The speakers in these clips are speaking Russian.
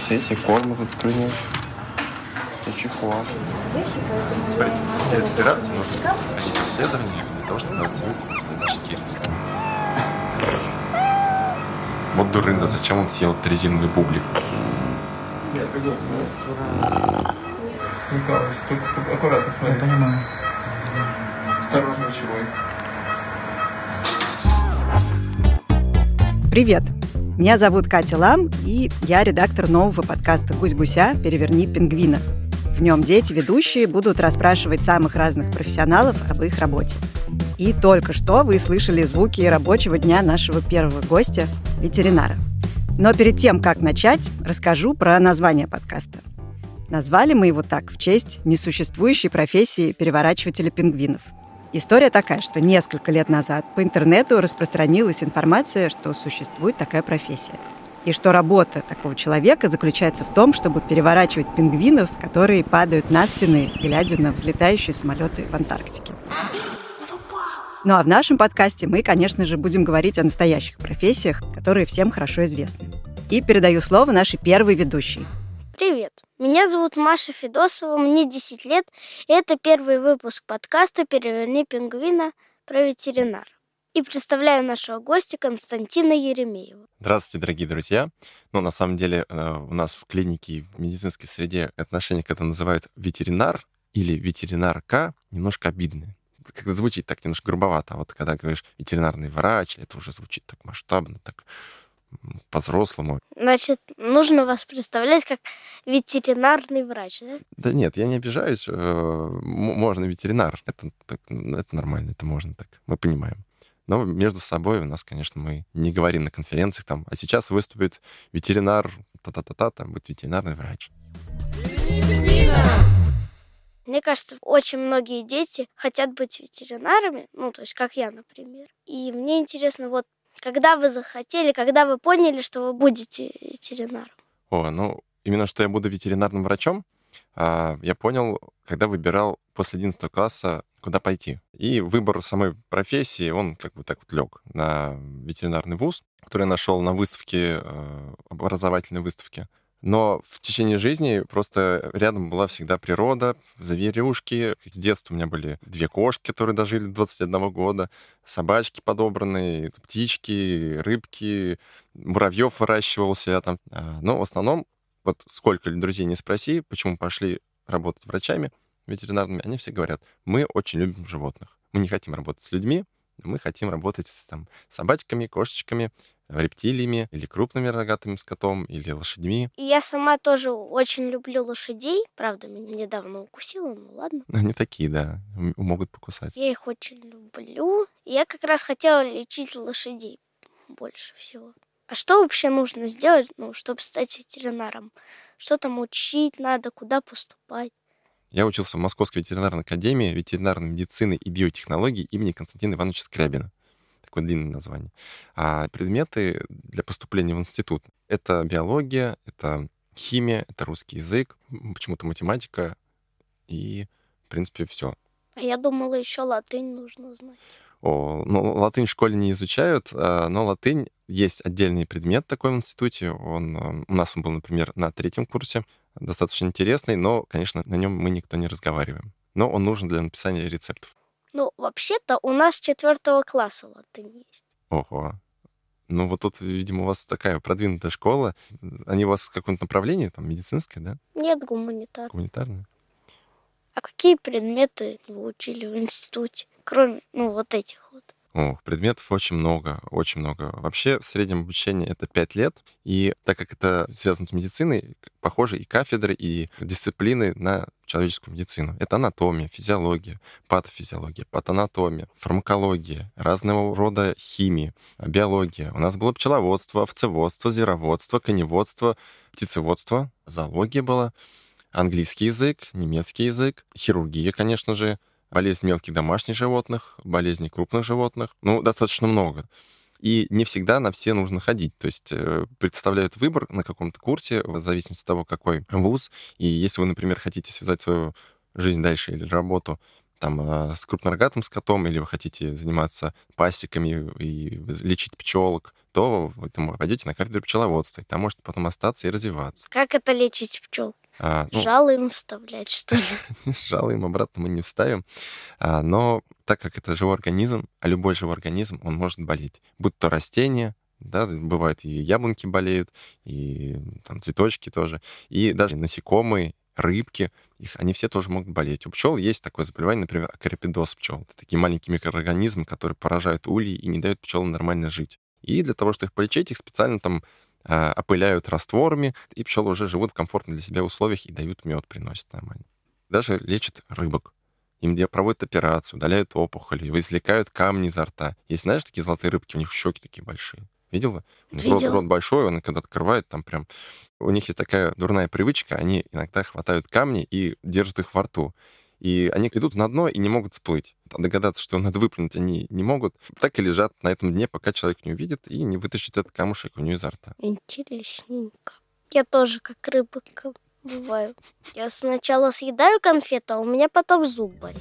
Все эти кормы тут принес. Эти чихуаши. Смотрите, операция нужно ходить в исследование для того, чтобы оценить исследовательские риски. Вот дурында, зачем он съел этот резиновый бублик? Николай, только аккуратно смотри. Я понимаю. Осторожно, чего. Привет! Меня зовут Катя Лам, и я редактор нового подкаста «Гусь-гуся. Переверни пингвина». В нем дети-ведущие будут расспрашивать самых разных профессионалов об их работе. И только что вы слышали звуки рабочего дня нашего первого гостя – ветеринара. Но перед тем, как начать, расскажу про название подкаста. Назвали мы его так в честь несуществующей профессии переворачивателя пингвинов. История такая, что несколько лет назад по интернету распространилась информация, что существует такая профессия. И что работа такого человека заключается в том, чтобы переворачивать пингвинов, которые падают на спины, глядя на взлетающие самолеты в Антарктике. Ну а в нашем подкасте мы, конечно же, будем говорить о настоящих профессиях, которые всем хорошо известны. И передаю слово нашей первой ведущей. Привет, меня зовут Маша Федосова, мне 10 лет, и это первый выпуск подкаста «Переверни пингвина» про ветеринара. И представляю нашего гостя Константина Еремеева. Здравствуйте, дорогие друзья. На самом деле, у нас в клинике и в медицинской среде отношение, когда называют ветеринар или ветеринарка, немножко обидное. Как-то звучит так немножко грубовато. А вот когда говоришь ветеринарный врач, это уже звучит так масштабно, так по-взрослому. Значит, нужно вас представлять как ветеринарный врач, да? Да нет, я не обижаюсь. Можно ветеринар. Это нормально, это можно так. Мы понимаем. Но между собой у нас, конечно, мы не говорим на конференциях там, а сейчас выступит ветеринар, там будет ветеринарный врач. Мне кажется, очень многие дети хотят быть ветеринарами, то есть как я, например. И мне интересно, вот когда вы захотели, когда вы поняли, что вы будете ветеринаром? Именно что я буду ветеринарным врачом, я понял, когда выбирал после 11 класса, куда пойти. И выбор самой профессии, он как бы так вот лег на ветеринарный вуз, который я нашел на выставке, образовательной выставке. Но в течение жизни просто рядом была всегда природа, зверюшки. С детства у меня были 2 кошки, которые дожили до 21 года, собачки подобранные, птички, рыбки, муравьев выращивал у себя там. Но в основном, вот сколько друзей не спроси, почему пошли работать врачами ветеринарными, они все говорят, мы очень любим животных. Мы не хотим работать с людьми, мы хотим работать с собачками, кошечками, рептилиями, или крупными рогатым скотом, или лошадьми. И я сама тоже очень люблю лошадей. Правда, меня недавно укусило, ладно. Они такие, да, могут покусать. Я их очень люблю. И я как раз хотела лечить лошадей больше всего. А что вообще нужно сделать, чтобы стать ветеринаром? Что там учить надо, куда поступать? Я учился в Московской ветеринарной академии ветеринарной медицины и биотехнологий имени Константина Ивановича Скрябина. Такое длинное название. А предметы для поступления в институт — это биология, это химия, это русский язык, почему-то математика и, в принципе, все. А я думала, еще латынь нужно знать. Латынь в школе не изучают, но латынь есть отдельный предмет такой в институте. У нас он был, например, на 3 курсе. Достаточно интересный, но, конечно, на нем мы никто не разговариваем. Но он нужен для написания рецептов. Вообще-то у нас с 4 класса латынь есть. Ого. Вот тут, видимо, у вас такая продвинутая школа. Они у вас в каком-то направлении, там, медицинское, да? Нет, гуманитарное. Гуманитарное. А какие предметы вы учили в институте, кроме, вот этих вот? Предметов очень много, очень много. Вообще, в среднем обучение это 5 лет, и так как это связано с медициной, похоже и кафедры, и дисциплины на человеческую медицину. Это анатомия, физиология, патофизиология, патанатомия, фармакология, разного рода химия, биология. У нас было пчеловодство, овцеводство, звероводство, коневодство, птицеводство, зоология была, английский язык, немецкий язык, хирургия, конечно же, болезнь мелких домашних животных, болезни крупных животных. Достаточно много. И не всегда на все нужно ходить. То есть представляют выбор на каком-то курсе, в зависимости от того, какой вуз. И если вы, например, хотите связать свою жизнь дальше или работу там с крупнорогатым скотом, или вы хотите заниматься пасеками и лечить пчелок, то вы там пойдете на кафедру пчеловодства, и там можете потом остаться и развиваться. Как это лечить пчел? Ну, Жало им вставлять, что ли? жало им обратно мы не вставим. Но так как это живой организм, а любой живой организм, он может болеть. Будь то растение, да, бывает и яблоньки болеют, и там цветочки тоже, и даже насекомые, рыбки, они все тоже могут болеть. У пчел есть такое заболевание, например, акарипидоз пчел. Это такие маленькие микроорганизмы, которые поражают ульи и не дают пчелам нормально жить. И для того, чтобы их полечить, их специально там опыляют растворами, и пчелы уже живут в комфортных для себя условиях и дают мед, приносят нормально. Даже лечат рыбок. Им проводят операцию, удаляют опухоли, извлекают камни изо рта. Есть, знаешь, такие золотые рыбки, у них щеки такие большие. Видела? Видела. Рот большой, он когда открывает, там прям... У них есть такая дурная привычка, они иногда хватают камни и держат их во рту. И они идут на дно и не могут всплыть. Догадаться, что надо выплюнуть, они не могут. Так и лежат на этом дне, пока человек не увидит и не вытащит этот камушек у него изо рта. Интересненько. Я тоже как рыбка бываю. Я сначала съедаю конфету, а у меня потом зуб болит.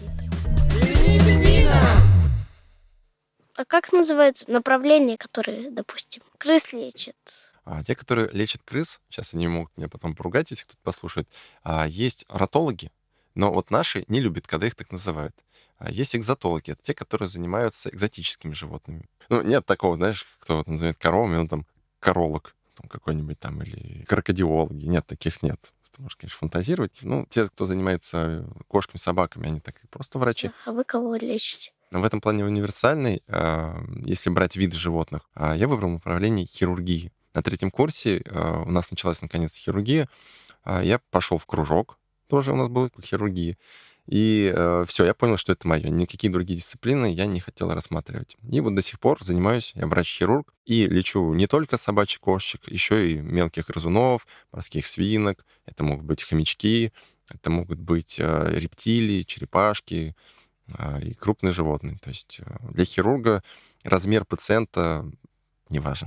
А как называется направление, которое, допустим, крыс лечат? А те, которые лечат крыс, сейчас они могут меня потом поругать, если кто-то послушает, есть ратологи, но вот наши не любят, когда их так называют. Есть экзотологи, это те, которые занимаются экзотическими животными. Ну, нет такого, знаешь, кто там называет коровами, он там королог там какой-нибудь там, или крокодилологи. Нет, таких нет. Ты можешь, конечно, фантазировать. Ну, те, кто занимается кошками, собаками, они так просто врачи. А вы кого лечите? Но в этом плане универсальный, если брать виды животных, я выбрал направление хирургии. На 3-м курсе у нас началась, наконец, хирургия. Я пошел в кружок, тоже у нас был по хирургии. И все, я понял, что это мое. Никакие другие дисциплины я не хотел рассматривать. И вот до сих пор занимаюсь, я врач-хирург, и лечу не только собачек, кошечек, еще и мелких грызунов, морских свинок. Это могут быть хомячки, это могут быть рептилии, черепашки и крупные животные. То есть для хирурга размер пациента не важен.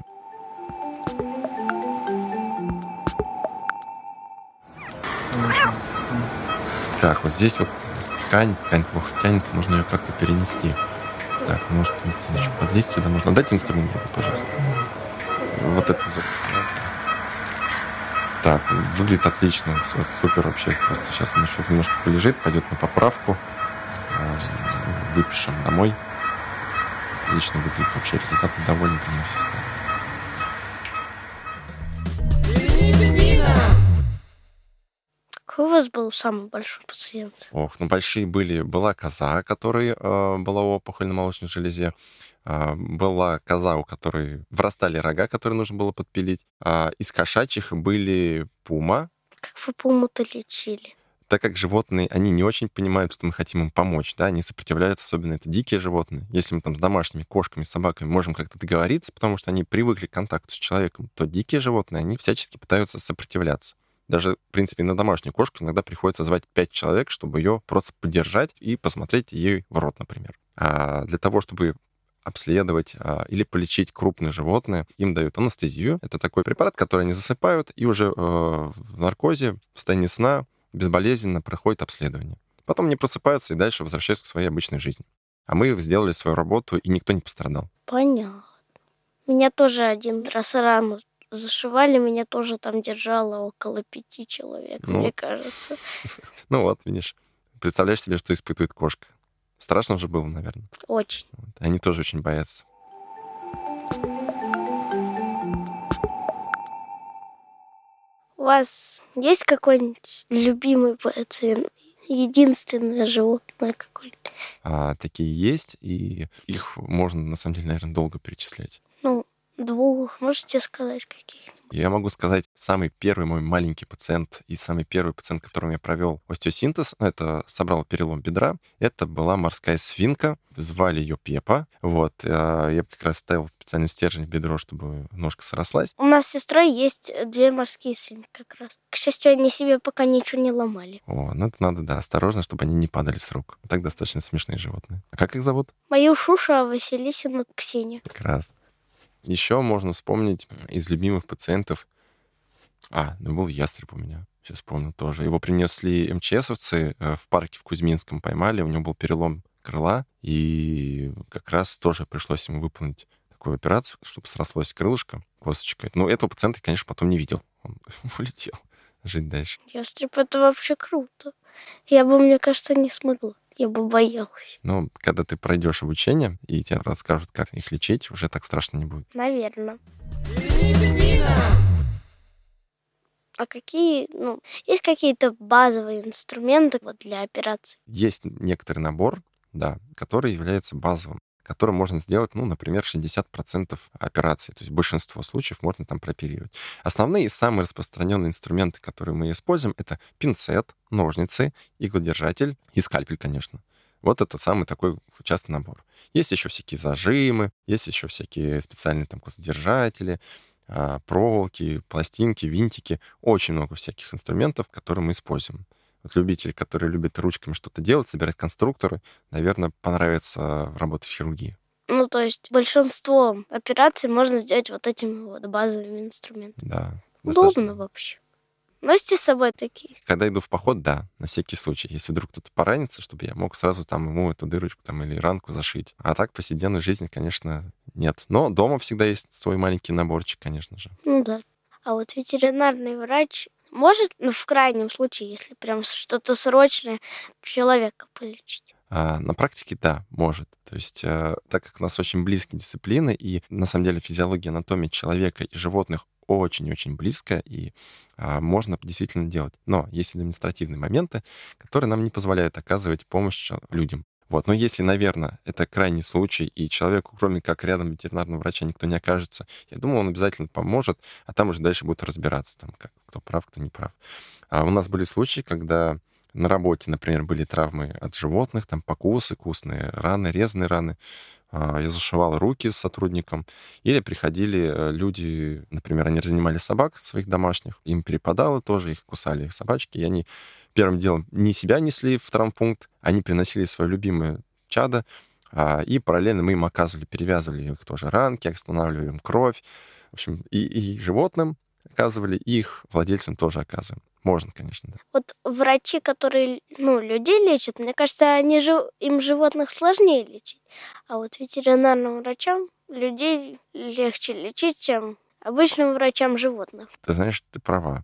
Так, вот здесь вот ткань плохо тянется, нужно ее как-то перенести. Так, может, еще подлезть сюда можно. Дайте инструмент, пожалуйста. Вот это вот. Так, выглядит отлично, все супер вообще. Просто сейчас он еще немножко полежит, пойдет на поправку. Выпишем домой. Отлично выглядит вообще, результат довольно прямо все стало. Какой у вас был самый большой пациент? Ох, ну большие были. Была коза, которой была опухоль на молочной железе. Была коза, у которой вырастали рога, которые нужно было подпилить. Из кошачьих были пума. Как вы пуму-то лечили? Так как животные, они не очень понимают, что мы хотим им помочь, да, они сопротивляются, особенно это дикие животные. Если мы там с домашними кошками, собаками можем как-то договориться, потому что они привыкли к контакту с человеком, то дикие животные, они всячески пытаются сопротивляться. Даже, в принципе, на домашнюю кошку иногда приходится звать 5 человек, чтобы ее просто поддержать и посмотреть ей в рот, например. А для того, чтобы обследовать или полечить крупные животные, им дают анестезию. Это такой препарат, который они засыпают, и уже в наркозе, в состоянии сна, безболезненно проходит обследование. Потом они просыпаются и дальше возвращаются к своей обычной жизни. А мы сделали свою работу, и никто не пострадал. Понятно. Меня тоже один раз рану зашивали, меня тоже там держало около 5 человек, мне кажется. Ну вот, видишь. Представляешь себе, что испытывает кошка. Страшно же было, наверное. Очень. Они тоже очень боятся. У вас есть какой-нибудь любимый пациент? Единственное животное какое-нибудь? Такие есть, и их можно, на самом деле, наверное, долго перечислять. Ну, 2. Можете сказать, каких? Я могу сказать, самый первый мой маленький пациент и самый первый пациент, которым я провел остеосинтез, это собрал перелом бедра, это была морская свинка, звали ее Пепа. Вот, я как раз ставил специальный стержень в бедро, чтобы ножка срослась. У нас с сестрой есть 2 морские свинки как раз. К счастью, они себе пока ничего не ломали. Ну это надо, да, осторожно, чтобы они не падали с рук. Так достаточно смешные животные. А как их зовут? Мою Шуша, а Василисину Ксения. Прекрасно. Еще можно вспомнить из любимых пациентов... был ястреб у меня. Сейчас помню тоже. Его принесли МЧСовцы в парке в Кузьминском, поймали, у него был перелом крыла, и как раз тоже пришлось ему выполнить такую операцию, чтобы срослось крылышко, косточка. Но этого пациента, конечно, потом не видел. Он улетел жить дальше. Ястреб — это вообще круто. Я бы, мне кажется, не смогла. Я бы боялась. Но когда ты пройдешь обучение, и тебе расскажут, как их лечить, уже так страшно не будет. Наверное. А какие, есть какие-то базовые инструменты вот для операций? Есть некоторый набор, да, который является базовым, которым можно сделать, например, 60% операций. То есть большинство случаев можно там прооперировать. Основные и самые распространенные инструменты, которые мы используем, это пинцет, ножницы, иглодержатель и скальпель, конечно. Вот это самый такой частый набор. Есть еще всякие зажимы, есть еще всякие специальные там костодержатели, проволоки, пластинки, винтики. Очень много всяких инструментов, которые мы используем. Вот любители, которые любят ручками что-то делать, собирать конструкторы, наверное, понравится работать в хирургии. То есть большинство операций можно сделать вот этими вот базовыми инструментами. Да. Удобно вообще. Носите с собой такие? Когда иду в поход, да, на всякий случай. Если вдруг кто-то поранится, чтобы я мог сразу там ему эту дырочку там или ранку зашить. А так в повседневной жизни, конечно, нет. Но дома всегда есть свой маленький наборчик, конечно же. Да. А вот ветеринарный врач может, в крайнем случае, если прям что-то срочное, человека полечить? На практике, да, может. То есть, так как у нас очень близкие дисциплины, и на самом деле физиология, анатомия человека и животных очень-очень близко, и можно действительно делать. Но есть административные моменты, которые нам не позволяют оказывать помощь людям. Вот. Но если, наверное, это крайний случай, и человеку, кроме как рядом ветеринарного врача, никто не окажется, я думаю, он обязательно поможет, а там уже дальше будут разбираться, там, кто прав, кто не прав. У нас были случаи, когда на работе, например, были травмы от животных, там покусы, кустные раны, резаные раны. Я зашивал руки с сотрудником. Или приходили люди, например, они разнимали собак своих домашних, им перепадало тоже, их кусали их собачки, и они первым делом не себя несли в травмпункт, они приносили свое любимое чадо, и параллельно мы им оказывали, перевязывали их тоже ранки, останавливали им кровь. В общем, и животным оказывали, и их владельцам тоже оказываем. Можно, конечно, да. Вот врачи, которые, людей лечат, мне кажется, им животных сложнее лечить. А вот ветеринарным врачам людей легче лечить, чем обычным врачам животных. Ты знаешь, ты права.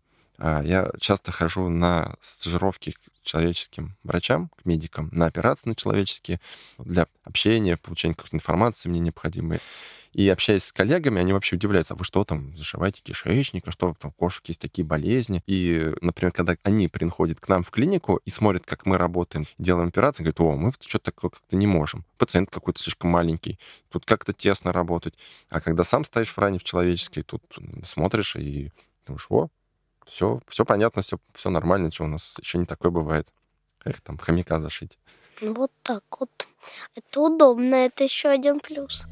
Я часто хожу на стажировки к человеческим врачам, к медикам, на операции на человеческие, для общения, получения какой-то информации мне необходимой. И общаясь с коллегами, они вообще удивляются, а вы что там, зашиваете кишечник, а что там, у кошек есть такие болезни. И, например, когда они приходят к нам в клинику и смотрят, как мы работаем, делаем операции, говорят, мы что-то такое как-то не можем. Пациент какой-то слишком маленький, тут как-то тесно работать. А когда сам стоишь в ране в человеческой, тут смотришь и думаешь, все понятно, все нормально, что у нас еще не такое бывает. Там хомяка зашить. Вот так вот. Это удобно, это еще один плюс.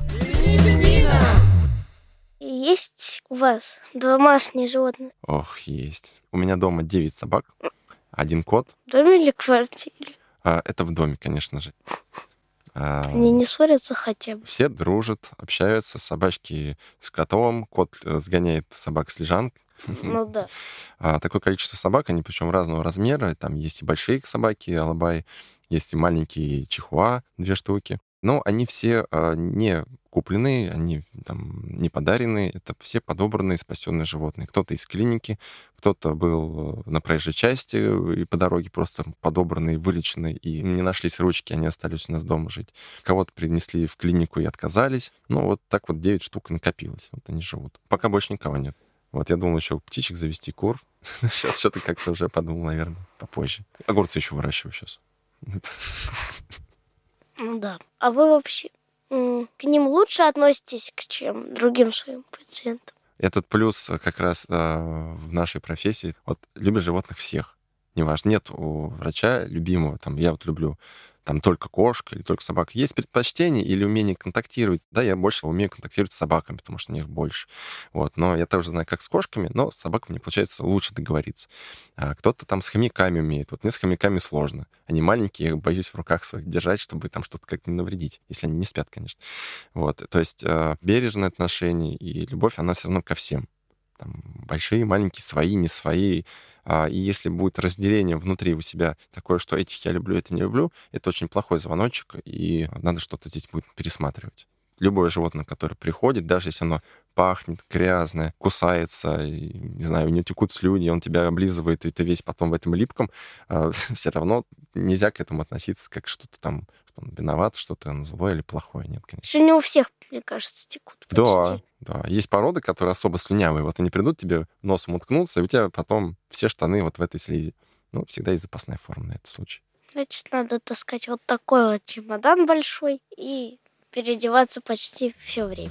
Есть у вас домашние животные? Ох, есть. У меня дома 9 собак, 1 кот. В доме или квартире? Это в доме, конечно же. Они не ссорятся хотя бы? Все дружат, общаются, собачки с котом, кот сгоняет собак с лежанки. Ну да. Такое количество собак, они причем разного размера. Там есть и большие собаки, алабай, есть и маленькие чихуа, 2 штуки. Но они все не купленные, они там не подаренные. Это все подобранные, спасенные животные. Кто-то из клиники, кто-то был на проезжей части и по дороге просто подобранный, вылеченный, и не нашлись ручки, они остались у нас дома жить. Кого-то принесли в клинику и отказались. Вот так вот 9 штук накопилось. Вот они живут. Пока больше никого нет. Вот я думал еще птичек завести, кур. Сейчас что-то как-то уже подумал, наверное, попозже. Огурцы еще выращиваю сейчас. Ну да. А вы вообще к ним лучше относитесь, чем к другим своим пациентам? Этот плюс как раз в нашей профессии. Вот любят животных всех. Неважно, нет у врача любимого. Там, я вот люблю там только кошка или только собака. Есть предпочтение или умение контактировать. Да, я больше умею контактировать с собаками, потому что у них больше. Но я также знаю, как с кошками, но с собаками мне получается лучше договориться. Кто-то там с хомяками умеет. Вот мне с хомяками сложно. Они маленькие, я боюсь в руках своих держать, чтобы там что-то как-то не навредить, если они не спят, конечно. То есть бережное отношение и любовь, она все равно ко всем. Там большие, маленькие, свои, не свои. И если будет разделение внутри у себя такое, что этих я люблю, это не люблю, это очень плохой звоночек, и надо что-то здесь будет пересматривать. Любое животное, которое приходит, даже если оно пахнет, грязное, кусается, и, не знаю, у него текут слюни, он тебя облизывает, и ты весь потом в этом липком, все равно нельзя к этому относиться как что-то там, что он виноват, что-то он злое или плохое. Нет, конечно. Что не у всех, мне кажется, текут почти. Да. Есть породы, которые особо слюнявые. Вот они придут, тебе носом уткнутся, и у тебя потом все штаны вот в этой слизи. Ну, всегда есть запасная форма на этот случай. Значит, надо таскать вот такой вот чемодан большой и переодеваться почти все время.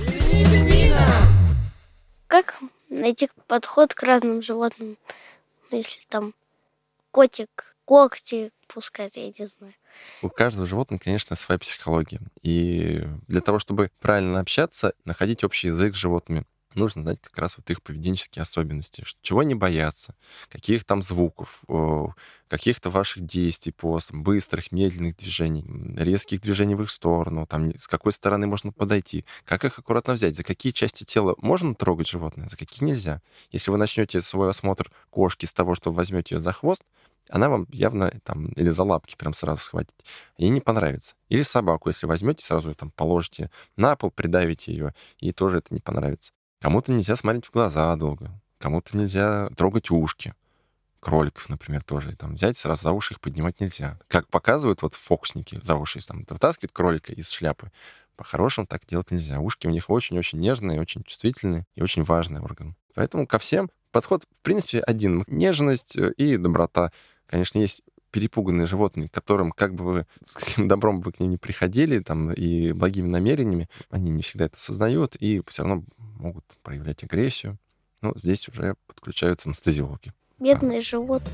Как найти подход к разным животным? Если там котик, когти пускает, я не знаю. У каждого животного, конечно, своя психология. И для того, чтобы правильно общаться, находить общий язык с животными, нужно знать как раз вот их поведенческие особенности, чего они боятся, каких там звуков, каких-то ваших действий, быстрых, медленных движений, резких движений в их сторону, там, с какой стороны можно подойти, как их аккуратно взять, за какие части тела можно трогать животное, за какие нельзя. Если вы начнете свой осмотр кошки с того, что возьмете ее за хвост, она вам явно там или за лапки прям сразу схватит. Ей не понравится. Или собаку, если возьмете, сразу ее там положите на пол, придавите ее, ей тоже это не понравится. Кому-то нельзя смотреть в глаза долго, кому-то нельзя трогать ушки. Кроликов, например, тоже. Там взять сразу за уши их поднимать нельзя. Как показывают вот фокусники, за уши там вытаскивают кролика из шляпы. По-хорошему так делать нельзя. Ушки у них очень-очень нежные, очень чувствительные и очень важный орган. Поэтому ко всем подход, в принципе, один. Нежность и доброта. Конечно, есть перепуганные животные, которым как бы вы, с каким добром вы к ним не приходили, там, и благими намерениями, они не всегда это осознают и все равно могут проявлять агрессию. Ну, здесь уже подключаются анестезиологи. Бедные животные.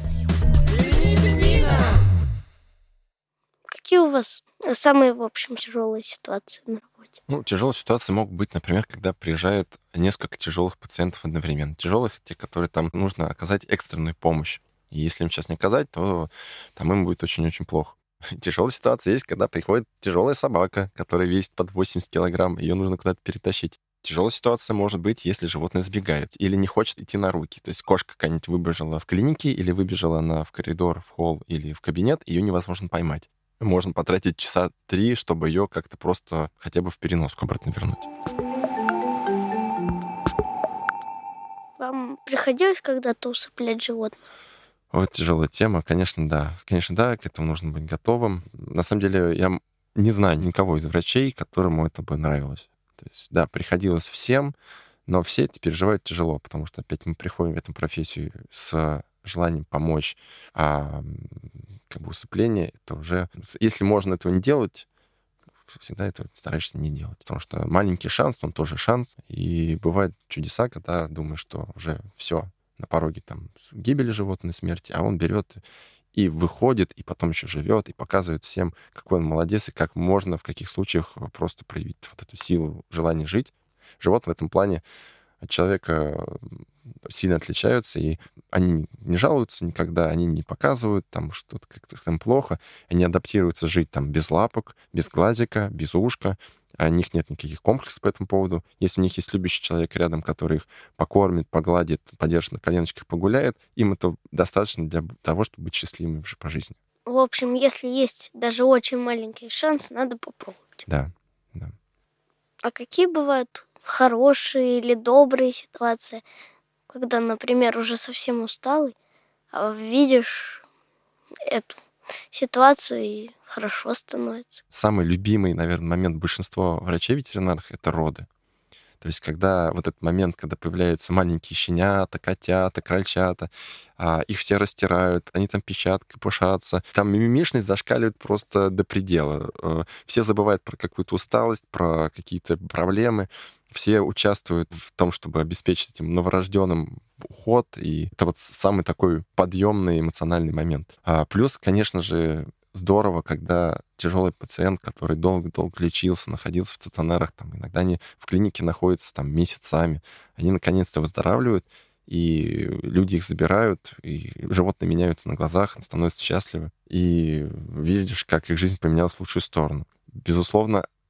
Какие у вас самые, в общем, тяжелые ситуации на работе? Ну, тяжелые ситуации могут быть, например, когда приезжают несколько тяжелых пациентов одновременно. Тяжелых, те, которые там нужно оказать экстренную помощь. И если им сейчас не оказать, то там им будет очень-очень плохо. Тяжелая ситуация есть, когда приходит тяжелая собака, которая весит под 80 килограмм, ее нужно куда-то перетащить. Тяжелая ситуация может быть, если животное сбегает или не хочет идти на руки. То есть кошка какая-нибудь выбежала в клинике или выбежала она в коридор, в холл или в кабинет, ее невозможно поймать. Можно потратить часа 3, чтобы ее как-то просто хотя бы в переноску обратно вернуть. Вам приходилось когда-то усыплять животных? Вот тяжелая тема. Конечно, да. Конечно, да, к этому нужно быть готовым. На самом деле, я не знаю никого из врачей, которому это бы нравилось. То есть, да, приходилось всем, но все это переживают тяжело, потому что опять мы приходим в эту профессию с желанием помочь, а как бы усыпление, это уже... Если можно этого не делать, всегда это стараешься не делать. Потому что маленький шанс, он тоже шанс. И бывают чудеса, когда думаешь, что уже все на пороге там гибели животной, смерти, а он берет и выходит, и потом еще живет, и показывает всем, какой он молодец, и как можно в каких случаях просто проявить вот эту силу, желание жить. Животные в этом плане от человека сильно отличаются, и они не жалуются никогда, они не показывают там что-то как-то там плохо, они адаптируются жить там без лапок, без глазика, без ушка, у них нет никаких комплексов по этому поводу. Если у них есть любящий человек рядом, который их покормит, погладит, подержит на коленочках, погуляет, им это достаточно для того, чтобы быть счастливыми по жизни. В общем, если есть даже очень маленький шанс, надо попробовать. Да. А какие бывают хорошие или добрые ситуации, когда, например, уже совсем усталый, а видишь эту ситуацию и хорошо становится? Самый любимый, наверное, момент большинства врачей-ветеринаров — это роды. То есть когда вот этот момент, когда появляются маленькие щенята, котята, крольчата, их все растирают, они там пищат, копошатся, там мимимишность зашкаливает просто до предела. Все забывают про какую-то усталость, про какие-то проблемы. Все участвуют в том, чтобы обеспечить этим новорожденным уход, и это вот самый такой подъемный эмоциональный момент. Плюс, конечно же, здорово, когда тяжелый пациент, который долго-долго лечился, находился в стационарах, там, иногда они в клинике находятся там месяцами, они наконец-то выздоравливают, и люди их забирают, и животные меняются на глазах, становятся счастливы, и видишь, как их жизнь поменялась в лучшую сторону. Безусловно,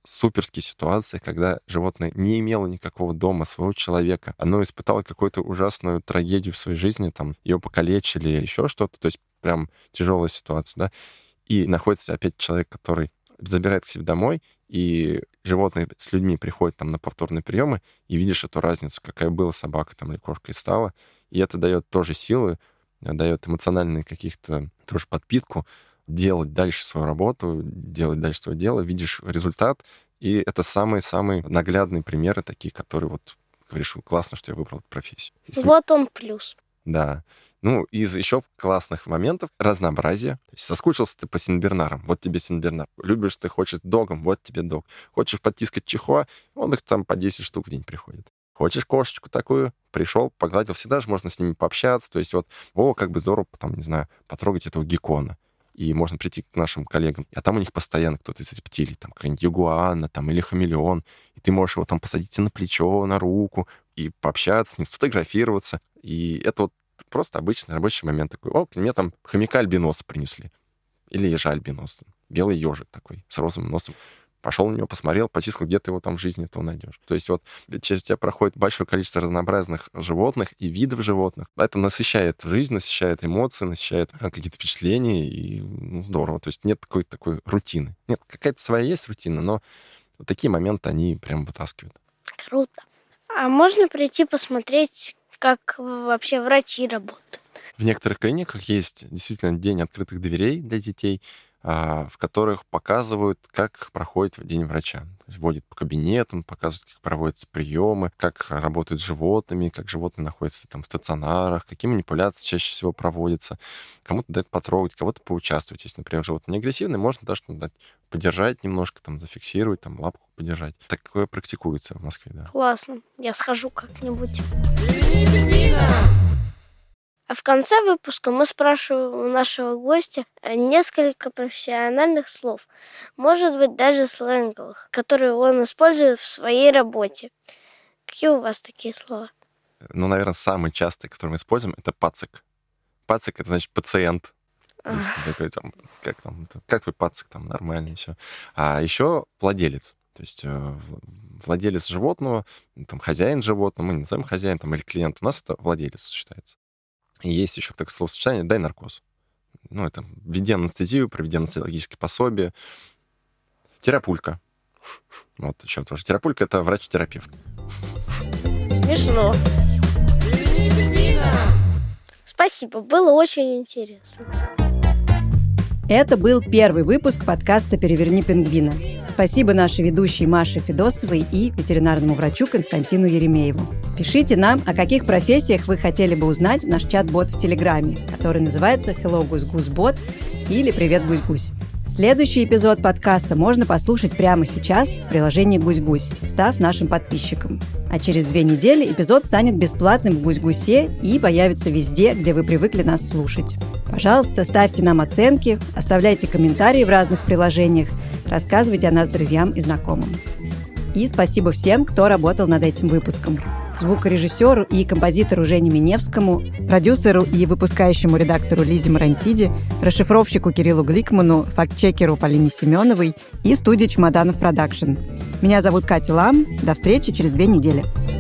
суперские ситуации, когда животное не имело никакого дома, своего человека. Оно испытало какую-то ужасную трагедию в своей жизни, там, ее покалечили, еще что-то, то есть прям тяжелая ситуация, да. И находится опять человек, который забирает к себе домой, и животные с людьми приходят там на повторные приемы, и видишь эту разницу, какая была собака там или кошка и стала. И это дает тоже силы, дает эмоциональные каких-то тоже подпитку, делать дальше свою работу, делать дальше свое дело, видишь результат. И это самые-самые наглядные примеры такие, которые вот говоришь, классно, что я выбрал эту профессию. Вот он плюс. Да. Ну, из еще классных моментов разнообразие. То есть соскучился ты по сенбернарам, вот тебе сенбернар. Любишь ты, хочешь догом, вот тебе дог. Хочешь потискать чихуа, он их там по 10 штук в день приходит. Хочешь кошечку такую, пришел, погладил, всегда же можно с ними пообщаться. То есть вот, как бы здорово, там, не знаю, потрогать этого геккона. И можно прийти к нашим коллегам, а там у них постоянно кто-то из рептилий, там какая-нибудь ягуана там, или хамелеон, и ты можешь его там посадить на плечо, на руку, и пообщаться с ним, сфотографироваться. И это вот просто обычный рабочий момент такой. Мне там хомяка альбиноса принесли. Или ежа альбиноса. Белый ежик такой, с розовым носом. Пошел на него, посмотрел, потискал, где ты его там в жизни этого найдешь. То есть вот через тебя проходит большое количество разнообразных животных и видов животных. Это насыщает жизнь, насыщает эмоции, насыщает какие-то впечатления, и здорово. То есть нет такой рутины. Нет, какая-то своя есть рутина, но вот такие моменты, они прям вытаскивают. Круто. А можно прийти посмотреть, как вообще врачи работают? В некоторых клиниках есть действительно день открытых дверей для детей, в которых показывают, как проходит день врача. То есть водят по кабинетам, показывают, как проводятся приемы, как работают с животными, как животные находятся там в стационарах, какие манипуляции чаще всего проводятся. Кому-то дают потрогать, кого-то поучаствовать. Если, например, животное не агрессивное, можно даже дать подержать немножко, там, зафиксировать, там, лапку подержать. Такое практикуется в Москве, да. Классно. Я схожу как-нибудь. А в конце выпуска мы спрашиваем у нашего гостя несколько профессиональных слов, может быть, даже сленговых, которые он использует в своей работе. Какие у вас такие слова? Ну, наверное, самый частый, который мы используем, это пацик. Пацик — это значит пациент. Такой, там, как вы, пацик, там, нормально все. А еще владелец. То есть владелец животного, там, хозяин животного, мы не называем хозяин там, или клиент, у нас это владелец считается. И есть еще такое словосочетание «дай наркоз». Ну, это введи анестезию, проведи анестезиологические пособия. Терапулька. Вот еще тоже. Терапулька — это врач-терапевт. Смешно. Спасибо, было очень интересно. Это был первый выпуск подкаста «Переверни пингвина». Спасибо нашей ведущей Маше Федосовой и ветеринарному врачу Константину Еремееву. Пишите нам, о каких профессиях вы хотели бы узнать в наш чат-бот в Телеграме, который называется Hello Гусь Гусь Бот или Привет Гусь Гусь. Следующий эпизод подкаста можно послушать прямо сейчас в приложении Гусь Гусь, став нашим подписчиком. А через 2 недели эпизод станет бесплатным в Гусь Гусе и появится везде, где вы привыкли нас слушать. Пожалуйста, ставьте нам оценки, оставляйте комментарии в разных приложениях, рассказывайте о нас друзьям и знакомым. И спасибо всем, кто работал над этим выпуском. Звукорежиссеру и композитору Жене Миневскому, продюсеру и выпускающему редактору Лизе Марантиди, расшифровщику Кириллу Гликману, фактчекеру Полине Семеновой и студии «Чемоданов Продакшн». Меня зовут Катя Лам. До встречи через 2 недели.